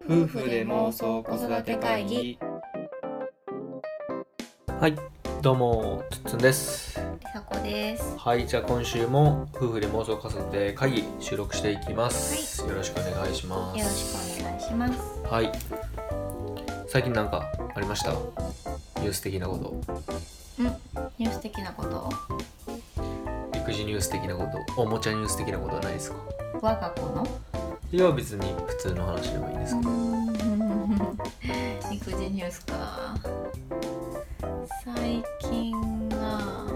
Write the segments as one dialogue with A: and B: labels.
A: 夫婦で妄想子育て会議。
B: はい、どうもつっつんです。
A: りさこです。
B: はい、じゃあ今週も夫婦で妄想子育て会議収録していきます、はい、よろしくお願いします。
A: よろしくお願いします。
B: はい、最近なんかありました？ニュース的なこと。
A: ニュース的なこと、
B: 育児ニュース的なこと、おもちゃニュース的なことはないですか？
A: 我が子の
B: いや別に普通の話でもいいですけど。
A: 育児ニュースか。最近は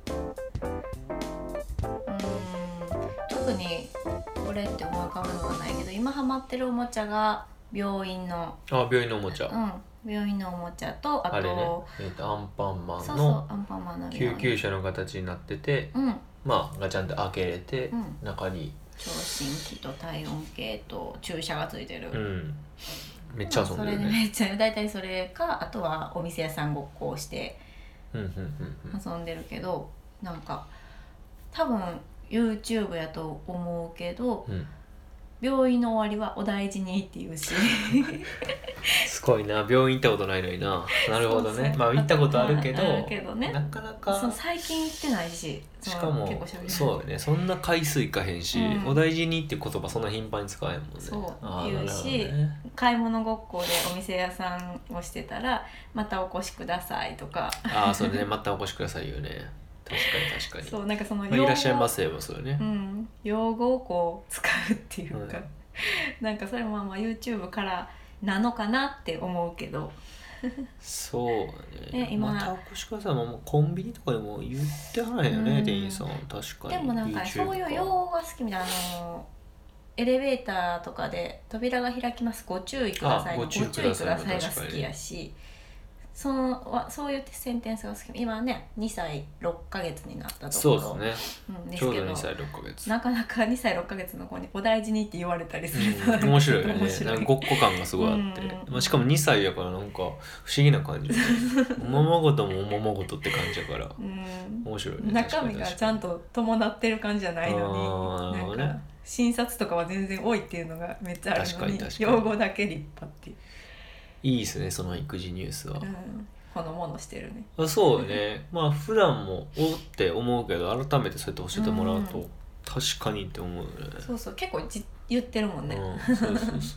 A: 特にこれって思い浮かぶのはないけど、今ハマってるおもちゃが病院の
B: おもちゃ、
A: 病院のおもちゃと、あと
B: あれね、アンパンマン
A: アンパンマンの
B: 救急車の形になってて、まあガチャンって開けれて、中に
A: 聴診器と体温計と注射がついてる、
B: めっちゃ遊んでるね。
A: それでめっちゃだいたいそれか、あとはお店屋さんごっこをして遊んでるけど、なんか多分 YouTube やと思うけど、病院の終わりはお大事にっていうし
B: すごいな、病院行ったことないのにな。なるほどね。まあ行ったことあるけど、
A: ね、
B: なかなか
A: 最近行ってないし、
B: しかもそうよね、そんな回数いかへんし、お大事にって言葉そんな頻繁に使えへんもんね。
A: そう言うし、買い物ごっこでお店屋さんをしてたらまたお越しくださいとか
B: それね、またお越しくださいよね。確かに
A: そう、なんかその用
B: 語、いらっしゃいませもそうよね、
A: 用語をこう使うっていうか、なんかそれもまあ YouTube からなのかなって思うけど
B: そうね。今またお越しくださいもコンビニとかでも言ってはないよね、店員さん。確かに。
A: でもなんかそういう用語が好きみたいな、エレベーターとかで扉が開きますご注意くださいのご注意くださいが好きやし、そういうセンテンスが好き。今ね2歳6ヶ月になったところ。
B: そうですね、ちょうど2歳6ヶ月。
A: なかなか2歳6ヶ月の子にお大事にって言われたりすると、
B: 面白いよね。なんかごっこ感がすごいあって、しかも2歳やからなんか不思議な感じ、おままごともおままごとって感じやから、面白いね。
A: 中身がちゃんと伴ってる感じじゃないのに、なんか診察とかは全然多いっていうのがめっちゃあるのに、用語だけ立派っていう。
B: いいですね、その育児ニュースは。
A: このものしてるね。
B: そうよね。まあ普段もおって思うけど、改めてそうやって教えてもらうと、確かにって思うよね。
A: そう結構言ってるもんね。
B: そう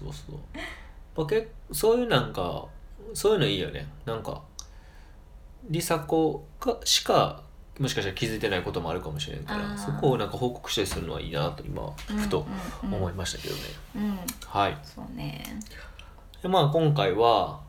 B: そういうなんかそういうのいいよね。なんかりさ子しかもしかしたら気づいてないこともあるかもしれんから、そこをなんか報告したりするのはいいなと今ふと思いましたけどね。はい。
A: そうね。
B: まあ今回は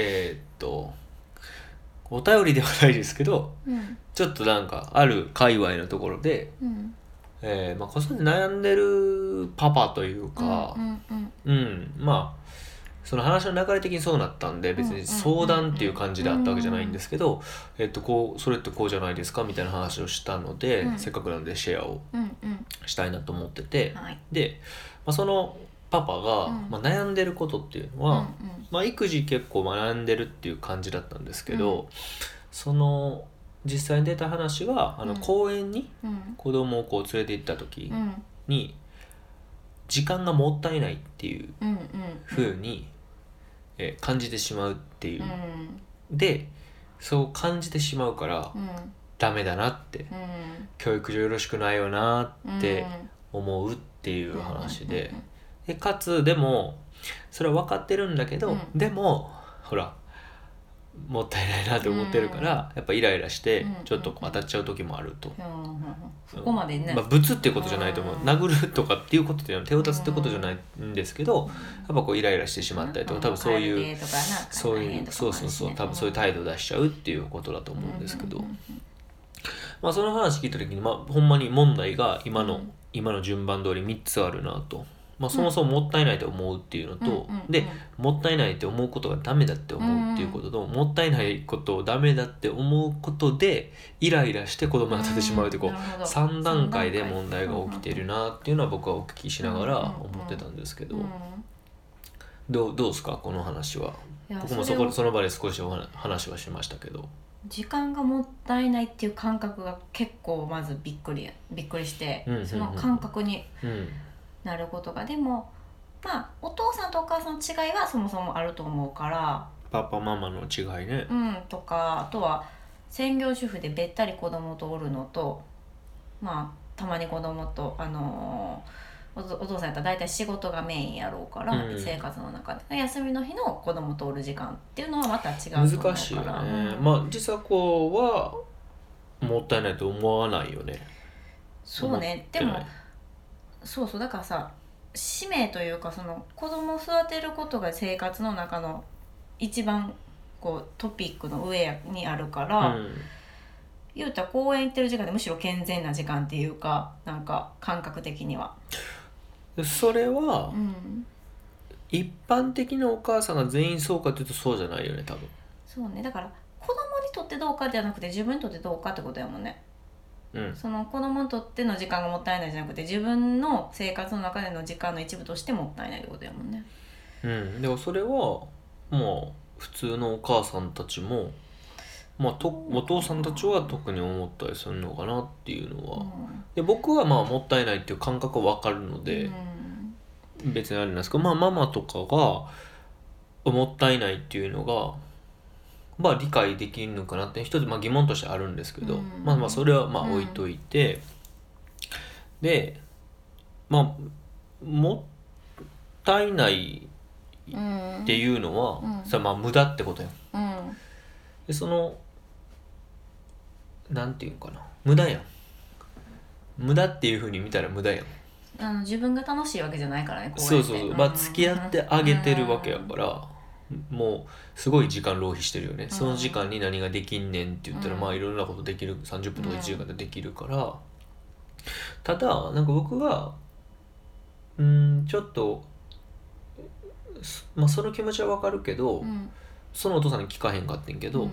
B: お便りではないですけど、ちょっとなんかある界隈のところで、まあ子育て悩んでるパパというか、まあその話の流れ的にそうなったんで、別に相談っていう感じであったわけじゃないんですけど、それってこうじゃないですかみたいな話をしたので、せっかくなのでシェアをしたいなと思ってて、で、そのパパが、悩んでることっていうのは、育児結構悩んでるっていう感じだったんですけど、その実際に出た話は公園に子供をこう連れて行った時に、時間がもったいないっていう風に感じてしまうっていう、でそう感じてしまうから、ダメだなって、教育上よろしくないよなって思うっていう話で、かつでもそれは分かってるんだけど、でもほらもったいないなって思ってるから、やっぱイライラしてちょっと当たっちゃう時もあると。
A: そこまでね、
B: ぶつっていうことじゃないと思う、殴るとかっていうことでは手を出すってことじゃないんですけど、やっぱこうイライラしてしまったりとか、多分そういう多分そういう態度を出しちゃうっていうことだと思うんですけど、その話聞いた時に、ほんまに問題が今の順番通り3つあるなと。そもそももったいないと思うっていうのと、でもったいないって思うことがダメだって思うっていうことと、もったいないことをダメだって思うことでイライラして子供が立ててしまうって、こう3段階で問題が起きてるなっていうのは僕はお聞きしながら思ってたんですけど、どうですかこの話は。僕もその場で少し話はしましたけど、
A: 時間がもったいないっていう感覚が結構まずびっくりして、その感覚になることが、でもまあお父さんとお母さんの違いはそもそもあると思うから、
B: パパママの違いね、
A: とか、あとは専業主婦でべったり子供とおるのと、まあたまに子供とお父さんやったら大体仕事がメインやろうから、生活の中で休みの日の子供とおる時間っていうのはまた違うと思うから、
B: 難しいよね、まあ時差子はもったいないと思わないよね。
A: そうね。でもそうだからさ、使命というか、その子供を育てることが生活の中の一番こうトピックの上にあるから、言うたら公園行ってる時間でむしろ健全な時間っていうか、なんか感覚的には
B: それは、一般的なお母さんが全員そうかというとそうじゃないよね、多分。
A: そうね。だから子供にとってどうかじゃなくて自分にとってどうかってことやもんね。その子供にとっての時間がもったいないじゃなくて、自分の生活の中での時間の一部としてもったいないってことやもんね。
B: でもそれはまあ普通のお母さんたちも、まあ、お父さんたちは特に思ったりするのかなっていうのは、で僕はまあもったいないっていう感覚は分かるので、別にあれなんですけど、まあママとかがもったいないっていうのがまあ理解できるのかなって一つまあ疑問としてあるんですけど、まあそれはまあ置いといて、でまあもったいないっていうのは、それはまあ無駄ってことやん。でそのなんていうかな、無駄やん。無駄っていうふうに見たら無駄やん。
A: 自分が楽しいわけじゃないからね、こう
B: そうそうそう、まあ付き合ってあげてるわけやから、もうすごい時間浪費してるよね、その時間に何ができんねんって言ったら、まあいろんなことできる、30分とか1時間でできるから、ただなんか僕がちょっとまあその気持ちはわかるけど、そのお父さんに聞かへんかってんけど、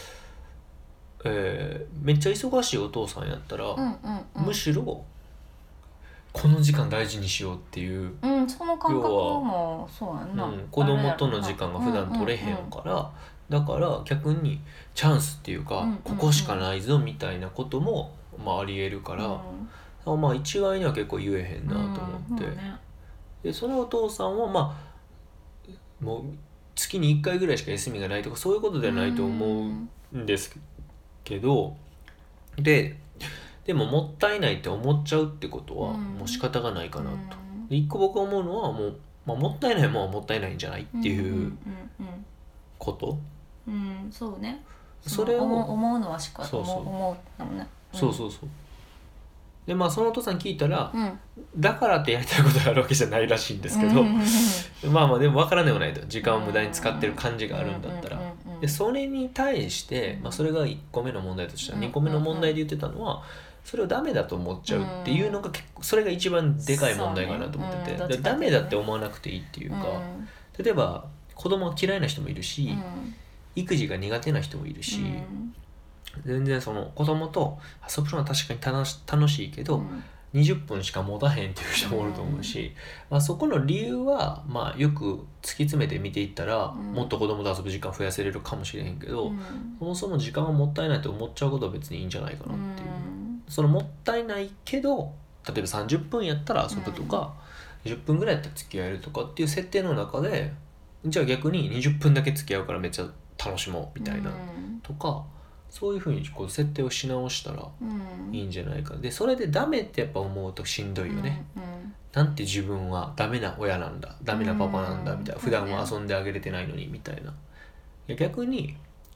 B: めっちゃ忙しいお父さんやったら、むしろこの時間大事にしようっていう、
A: その感覚もそうやんな、
B: 子供との時間が普段取れへんから、だから逆にチャンスっていうか、ここしかないぞみたいなことも、まあ、ありえるから、まあ一概には結構言えへんなと思って、でそのお父さんはまあもう月に1回ぐらいしか休みがないとかそういうことではないと思うんですけど、でももったいないって思っちゃうってことはもう仕方がないかなと。一個僕思うのはもう、まあ、もったいないもんはもったいないんじゃないっていうこと。
A: そうね。
B: それを
A: 思うのはしか思うのね。
B: そうでまあそのお父さん聞いたら、だからってやりたいことがあるわけじゃないらしいんですけど、まあでも分からんでもないと、時間を無駄に使ってる感じがあるんだったら、でそれに対して、まあ、それが1個目の問題としては、2個目の問題で言ってたのは、それをダメだと思っちゃうっていうのが結構それが一番でかい問題かなと思ってて、ダメだって思わなくていいっていうか、例えば子供が嫌いな人もいるし、育児が苦手な人もいるし、全然その子供と遊ぶのは確かに楽しいけど、20分しか持たへんっていう人もおると思うし、まあ、そこの理由は、まあ、よく突き詰めて見ていったら、もっと子供と遊ぶ時間増やせれるかもしれへんけど、そもそも時間がもったいないと思っちゃうことは別にいいんじゃないかなっていう、そのもったいないけど例えば30分やったら遊ぶとか、20分ぐらいやったら付き合えるとかっていう設定の中で、じゃあ逆に20分だけ付き合うからめっちゃ楽しもうみたいな、とかそういうふうにこう設定をし直したらいいんじゃないか。でそれでダメってやっぱ思うとしんどいよね、なんて自分はダメな親なんだ、ダメなパパなんだみたいな、普段は遊んであげれてないのにみたいな。いや逆に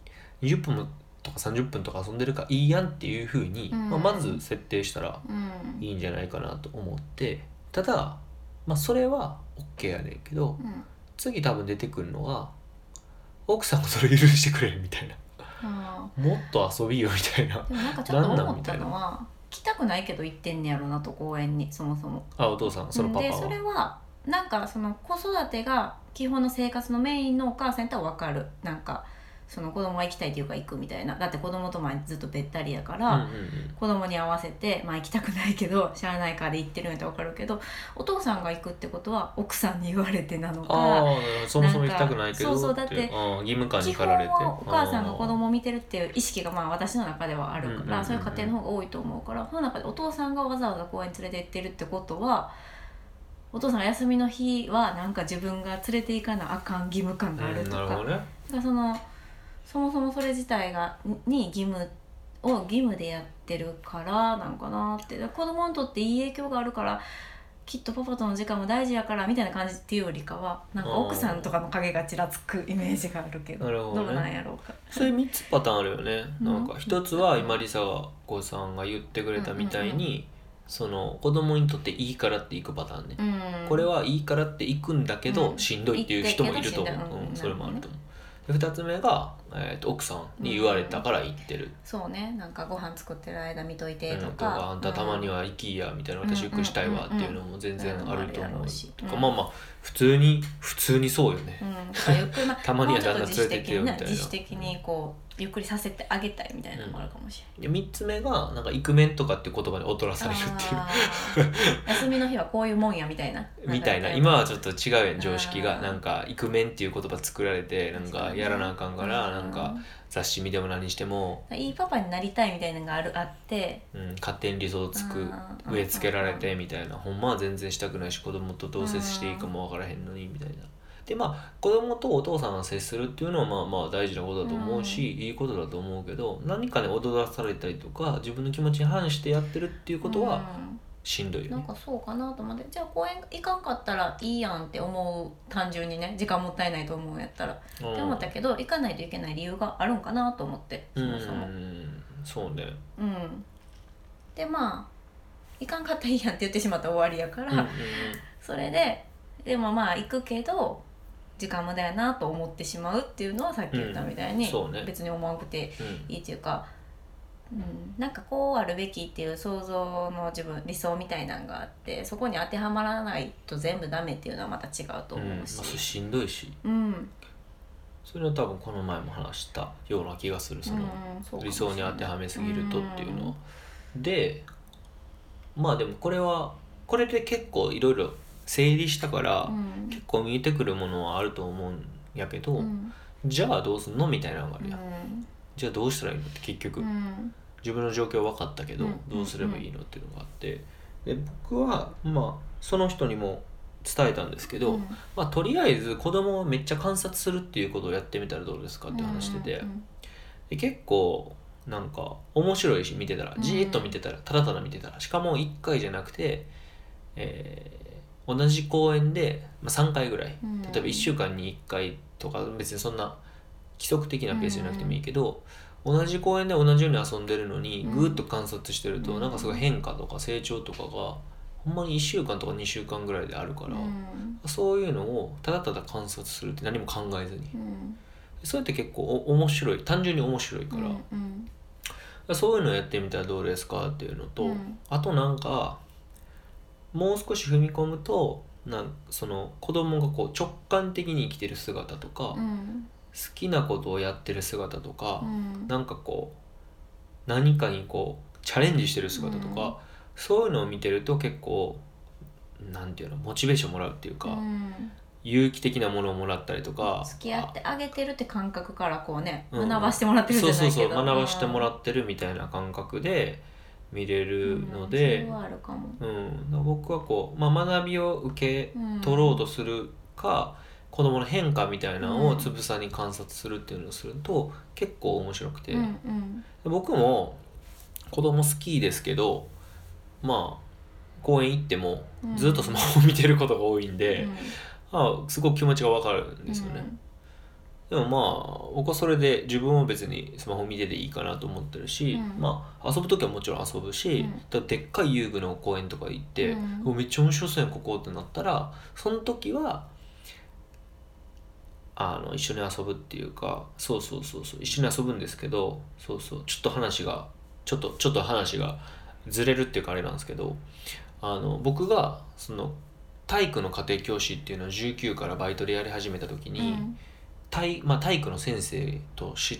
B: 20分とか30分とか遊んでるからいいやんっていうふうに、まず設定したらいいんじゃないかなと思って、ただ、まあ、それは OK やねんけど、次多分出てくるのが奥さんもそれ許してくれみたいな、もっと遊びよみたいな。
A: でもなんかちょっと思ったのは、来たくないけど行ってんねやろなと、公園にそもそも。
B: お父さん、そのパパは。
A: でそれはなんかその子育てが基本の生活のメインのお母さんとは分かる。なんかその子供が行きたいっていうか行くみたいな。だって子供と前ずっとべったりやから、子供に合わせて、まあ行きたくないけどしゃあないからで行ってるんやったら分かるけど、お父さんが行くってことは奥さんに言われてなのか、
B: そもそも行きたくないけど、
A: そうだって
B: 義務感に駆られて、
A: 基本はお母さんが子供を見てるっていう意識がまあ私の中ではあるから、そういう家庭の方が多いと思うから、その中でお父さんがわざわざ公園に連れて行ってるってことは、 お父さんが休みの日はなんか自分が連れて行かなあかん義務感があるとか、
B: なるほどね、
A: だからそもそもそれ自体がに義務でやってるからなんかなって。子供にとっていい影響があるからきっとパパとの時間も大事やからみたいな感じっていうよりかは、なんか奥さんとかの影がちらつくイメージがあるけど、どうなんやろうか。
B: それ3つパターンあるよね。なんか1つは今リサ子さんが言ってくれたみたいに、その子供にとっていいからって行くパターンね、これはいいからって行くんだけど、しんどいっていう人もいると思う、それもあると思う。で2つ目が、奥さんに言われたから行ってる、
A: そうね、なんかご飯作ってる間見といてとか、
B: あんたたまには行きやみたいな、私よくしたいわっていうのも全然あると思うとか、まあまあ普通にそうよね、たまには旦那連れて行ってよみたいな、
A: 自主的にこうゆっくりさせてあげたいみたいなのもあるかもしれない、
B: 3つ目がなんかイクメンとかって言葉に踊らされるっていう
A: 休みの日はこういうもんやみたいな
B: 今はちょっと違うやん常識が。なんかイクメンっていう言葉作られて、なんかやらなあかんから、なんか雑誌見ても何しても
A: いいパパになりたいみたいなのがあって、
B: 勝手に理想植え付けられてみたいな、ほんまは全然したくないし子供とどう接していいかも分からへんのにみたいな。でまあ子供とお父さんが接するっていうのはまあまあ大事なことだと思うし、いいことだと思うけど、何かね踊らされたりとか自分の気持ちに反してやってるっていうことはしんどいよね。
A: なんかそうかなと思って、じゃあ公園行かんかったらいいやんって思う、単純にね時間もったいないと思うんやったらって思ったけど、行かないといけない理由があるんかなと思って、そもそも
B: そうね。
A: でまあ行かんかったらいいやんって言ってしまったら終わりやから、それでもまあ行くけど時間無駄やなと思ってしまうっていうのはさっき言ったみたいに、別に思わなくていいっていうか、なんかこうあるべきっていう想像の理想みたいなのがあって、そこに当てはまらないと全部ダメっていうのはまた違うと思うし、
B: しんどいし、それは多分この前も話したような気がする、その理想に当てはめすぎるとっていうのは。でまあでもこれで結構いろいろ整理したから、結構見えてくるものはあると思うんやけど、じゃあどうすんのみたいなのがあるやん、じゃあどうしたらいいのって結局、自分の状況分かったけど、どうすればいいのっていうのがあって、で僕はまあその人にも伝えたんですけど、まあ、とりあえず子供をめっちゃ観察するっていうことをやってみたらどうですかって話してて、で結構なんか面白いし、見てたらじーっと見てたら、ただただ見てたら、しかも1回じゃなくて、同じ公園で3回ぐらい、例えば1週間に1回とか、別にそんな規則的なペースじゃなくてもいいけど、同じ公園で同じように遊んでるのにぐーっと観察してると、なんかすごい変化とか成長とかがほんまに1週間とか2週間ぐらいであるから、そういうのをただただ観察するって何も考えずに、そうやって結構面白い、単純に面白いから、そういうのをやってみたらどうですかっていうのと、あとなんかもう少し踏み込むと、その子供がこう直感的に生きてる姿とか、好きなことをやってる姿とか、なんかこう何かにこうチャレンジしてる姿とか、そういうのを見てると結構なんていうの、モチベーションもらうっていうか、有機的なものをもらったりとか、
A: 付き合ってあげてるって感覚からこうね、学ばしてもらってるじゃないけど、
B: そう学ばしてもらってるみたいな感覚で見れるので、
A: それはあるかも。
B: 僕はこう、学びを受け取ろうとするか、子供の変化みたいなのをつぶさに観察するっていうのをすると結構面白くて、僕も子供好きですけど、まあ公園行ってもずっとスマホを見てることが多いんで、すごく気持ちが分かるんですよね。でもまあ僕はそれで自分は別にスマホ見てていいかなと思ってるし、遊ぶ時はもちろん遊ぶし、でっかい遊具の公園とか行って、めっちゃ面白そうやんここってなったら、その時は一緒に遊ぶっていうか、そう一緒に遊ぶんですけど、ちょっと話がずれるっていうかあれなんですけど、僕がその体育の家庭教師っていうのを19からバイトでやり始めた時に、体育の先生として、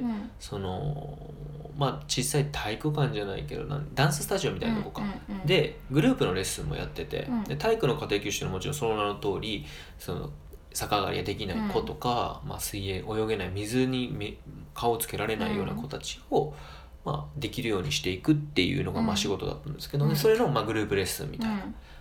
B: その小さい体育館じゃないけどダンススタジオみたいなとこか、でグループのレッスンもやってて、で体育の家庭教師のもちろんその名の通り、その逆上がりができない子とか、水泳泳げない、水に顔をつけられないような子たちを、できるようにしていくっていうのが仕事だったんですけど、それのグループレッスンみたいな、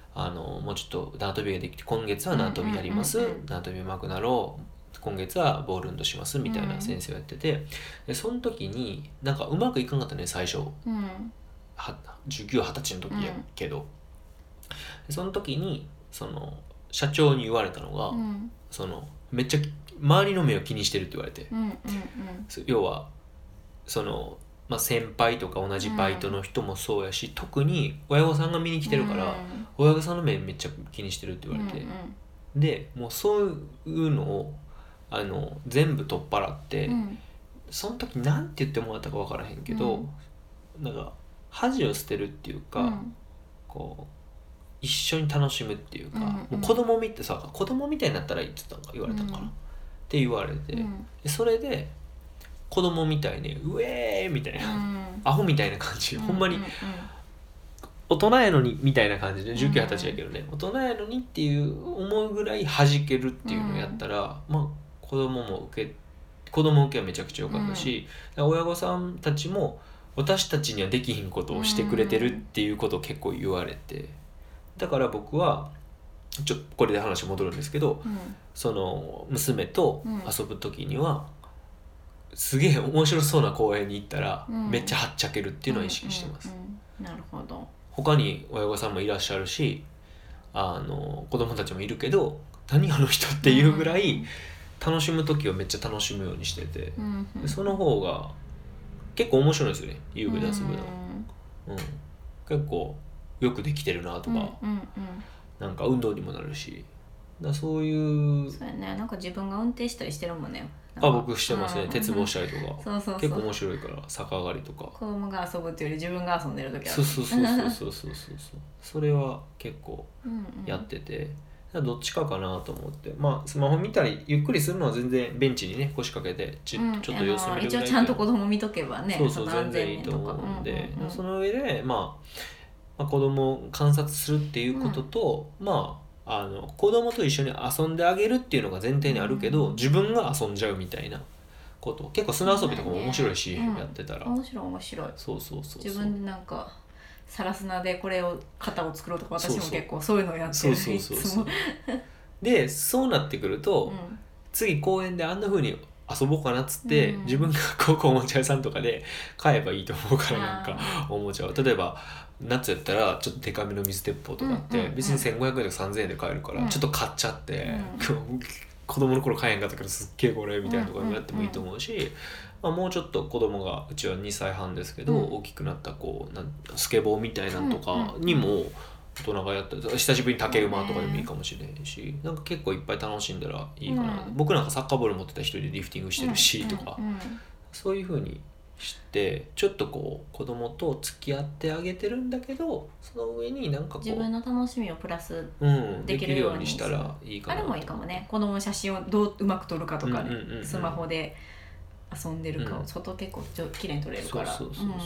B: もうちょっと縄跳びができて今月は縄跳びやります、縄跳び上手くなろう、今月はボール運動しますみたいな先生をやってて、でその時になんかうまくいかなかったね最初、19、20歳の時やけど、その時にその社長に言われたのが、そのめっちゃ周りの目を気にしてるって言われて、要はその、先輩とか同じバイトの人もそうやし、特に親御さんが見に来てるから、親御さんの目めっちゃ気にしてるって言われて、でもうそういうのを全部取っ払って、その時なんて言ってもらったか分からへんけど、なんか恥を捨てるっていうか、こう一緒に楽しむっていうか、もう子供みたいになったらいいって言われたのかな、って言われて、でそれで子供みたいにうえーみたいな、アホみたいな感じ、ほんまに大人やのにみたいな感じで19、20歳やけどね、大人やのにっていう思うぐらい弾けるっていうのをやったら、子供受けはめちゃくちゃ良かったし、親御さんたちも私たちにはできひんことをしてくれてるっていうことを結構言われて、だから僕はこれで話戻るんですけど、その娘と遊ぶ時には、すげえ面白そうな公園に行ったら、めっちゃはっちゃけるっていうのは意識してます。
A: なるほど。
B: 他に親御さんもいらっしゃるし、子供たちもいるけど、何あの人っていうぐらい楽しむ時はめっちゃ楽しむようにしてて、でその方が結構面白いですよね、遊具で遊ぶの。結構よくできてるなとか、なんか運動にもなるし、そういう。
A: そうやね、なんか自分が運転したりしてるもんね。
B: 僕してますね、鉄棒したりとか。結構面白いから、逆上がりとか。
A: 子供が遊ぶっていうより自分が遊んでる時あ
B: る。そうそれは結構やってて、どっちかかなと思って、スマホ見たりゆっくりするのは全然ベンチにね腰掛けてちょっと様子見るぐらい、
A: 一応ちゃんと子供見とけばね、
B: 全然いいと思うんで、その上で子供を観察するっていうことと、子供と一緒に遊んであげるっていうのが前提にあるけど、自分が遊んじゃうみたいなこと、結構砂遊びとかも面白いし、やってたら
A: 面白い。そう自分でなんかサラスナでこれを型を作ろうとか、私も結構そういうのをやってる。
B: でそうなってくると、次公園であんな風に遊ぼうかなっつって、自分が高校おもちゃ屋さんとかで買えばいいと思うから、なんかおもちゃを例えば夏やったらちょっとデカめの水鉄砲とかって、別に1500円とか3000円で買えるから、ちょっと買っちゃって、子供の頃買えへんかったけどすっげえこれみたいなとかにやってもいいと思うし、もうちょっと子供が、うちは2歳半ですけど、大きくなったスケボーみたいなのとかにも大人がやったり、久しぶりに竹馬とかでもいいかもしれへんし、なんか結構いっぱい楽しんだらいいかな、僕なんかサッカーボール持ってた人でリフティングしてるしとか、そういう風にしてちょっと子供と付き合ってあげてるんだけど、その上になんか
A: 自分の楽しみをプラスできるようにしたらいいかな。あれもいいかもね、子供の写真をどうまく撮るかとかね、スマホで遊んでるかを外結構綺麗に撮れるから。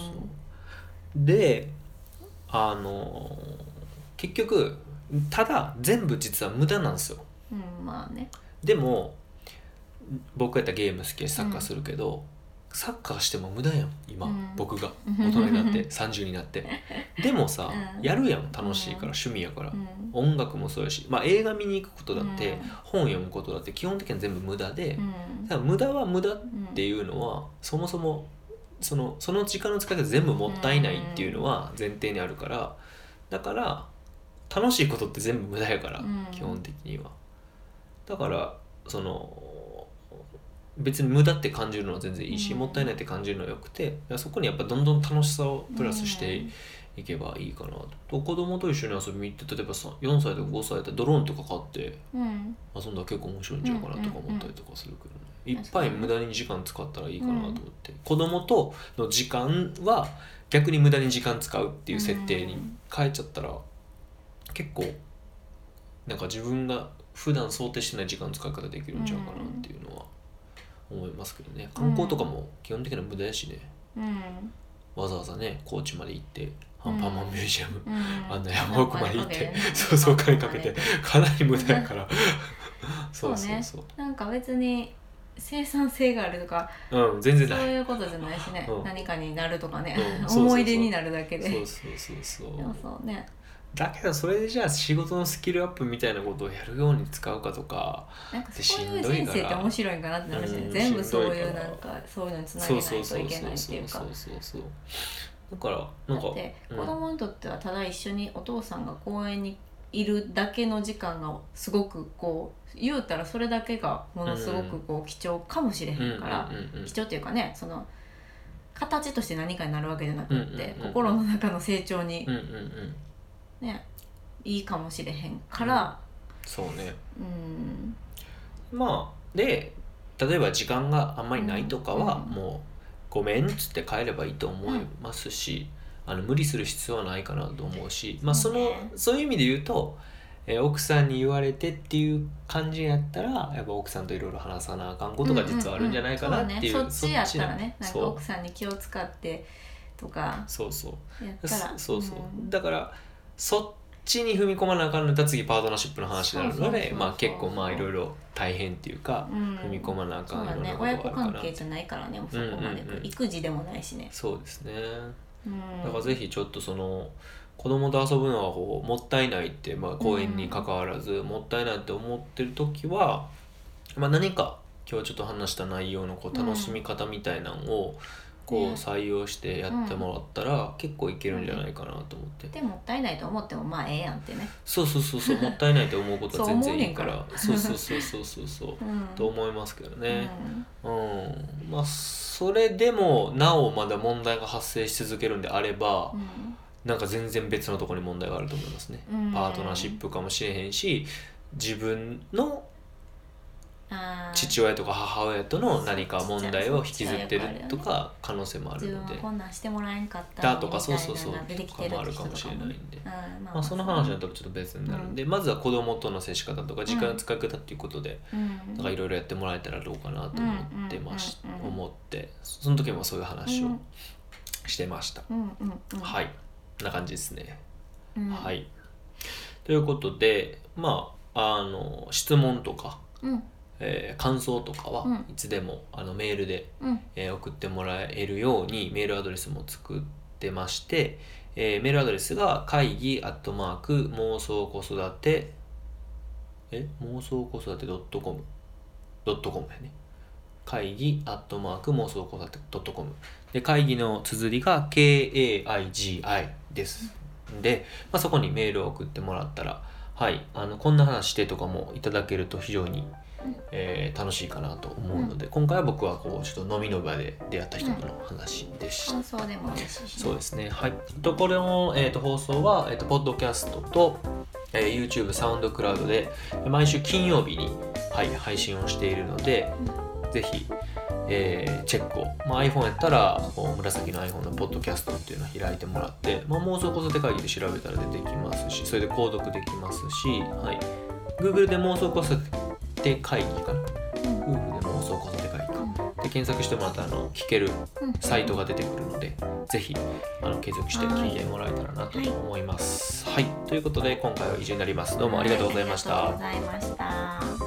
A: で結局ただ全部実は無駄なんですよ。でも僕やったらゲーム好きやしサッカーするけど、サッカーしても無駄やん今、僕が大人になって30になってでもさ、やるやん、楽しいから、趣味やから、音楽もそうやし、映画見に行くことだって、本読むことだって基本的には全部無駄で、だから無駄は無駄っていうのは、そもそもその時間の使い方全部もったいないっていうのは前提にあるから、だから楽しいことって全部無駄やから、基本的には。だから別に無駄って感じるのは全然いいし、もったいないって感じるのはよくて、そこにやっぱどんどん楽しさをプラスしていけばいいかなと。子供と一緒に遊びに行って、例えば4歳とか5歳だったらドローンとか買って遊んだら結構面白いんちゃうかなとか思ったりとかするけどね、いっぱい無駄に時間使ったらいいかなと思って、子供との時間は逆に無駄に時間使うっていう設定に変えちゃったら、結構なんか自分が普段想定してない時間の使い方できるんちゃうかなっていうのは思いますけどね。観光とかも基本的には無駄やしね、わざわざね高知まで行ってアンパンマンミュージアム、あんな山奥まで行って、お金かけてかなり無駄やからそうなんか別に生産性があるとか、
B: 全然
A: ない、そういうことじゃないしね、何かになるとかね、思い出になるだけで。でもそうね、
B: だけどそれでじゃあ仕事のスキルアップみたいなことをやるように使うかとか
A: なんかそういう人生って面白いんかなってなるしね、全部そういうなんかそういうのにつなげないといけないっていうか、
B: だからなんか
A: だって子供にとってはただ一緒にお父さんが公園にいるだけの時間がすごくこう言うたらそれだけがものすごくこう貴重かもしれへんから、貴重っていうかね、その形として何かになるわけじゃなくって、心の中の成長に、ね、いいかもしれへんから、
B: そうね、まあで例えば時間があんまりないとかは、もうごめんっつって帰ればいいと思いますし、無理する必要はないかなと思うし、まあそういう意味で言うと、奥さんに言われてっていう感じやったらやっぱ奥さんといろいろ話さなあかんことが実はあるんじゃないかなっていう、
A: そっちやったらね、なんか奥さんに気を使ってとかやったら
B: だからそっちに踏み込まなあかんのだったら次パートナーシップの話になるので、まあ結構まあいろいろ大変っていうか、踏み込まなあかんようなことがあるかな。
A: 親子関係じゃないからね、そこまで育児でもないしね。
B: そうですね。だからぜひちょっとその子供と遊ぶのはこうもったいないって、まあ、公園に関わらず、もったいないって思ってる時は、まあ、何か今日ちょっと話した内容のこう楽しみ方みたいなのをこう採用してやってもらったら結構いけるんじゃないかなと思って、
A: でもったいないと思ってもまあええやんってね。
B: そうもったいないと思うことは全然いいからそうと思いますけどね。まあそれでもなおまだ問題が発生し続けるんであれば、なんか全然別のところに問題があると思いますね。パートナーシップかもしれへんし、自分の父親とか母親との何か問題を引きずってるとか可能性もあるので、
A: 自分はこんなんしてもらえんかった
B: とか出てきてるとかもあるかもしれないんで、まあその話だとちょっと別になるんで、まずは子供との接し方とか時間の使い方っていうことでなんかいろいろやってもらえたらどうかなと思ってその時もそういう話をしてました。はい、こんな感じですね。はい。ということで、まあ質問とか、感想とかはいつでもメールで、送ってもらえるようにメールアドレスも作ってまして、メールアドレスが会議妄想子育て妄想子育て .com やね。会議妄想子育て .com で、会議の綴りが KAIGI ですで、まあ、そこにメールを送ってもらったら、はい、こんな話してとかもいただけると非常に、楽しいかなと思うので、今回は僕はこうちょっと飲みの場で出会った人との話でした。
A: 感想でも嬉しいし、
B: そうですね。はい。これの、放送は、ポッドキャストと、YouTube、サウンドクラウドで毎週金曜日に、はい、配信をしているので、ぜひ、チェックを、まあ、iPhone やったら紫の iPhone のポッドキャストっていうのを開いてもらって、まあ、妄想子育て会議で調べたら出てきますし、それで購読できますし、はい、Google で妄想子育て会議かな、Google で妄想子育て会議かで検索してもらったら聞けるサイトが出てくるので、ぜひ継続して聞いてもらえたらなと思います。はい、ということで今回は以上になります。どうもありがとうございました。
A: ありがとうございました。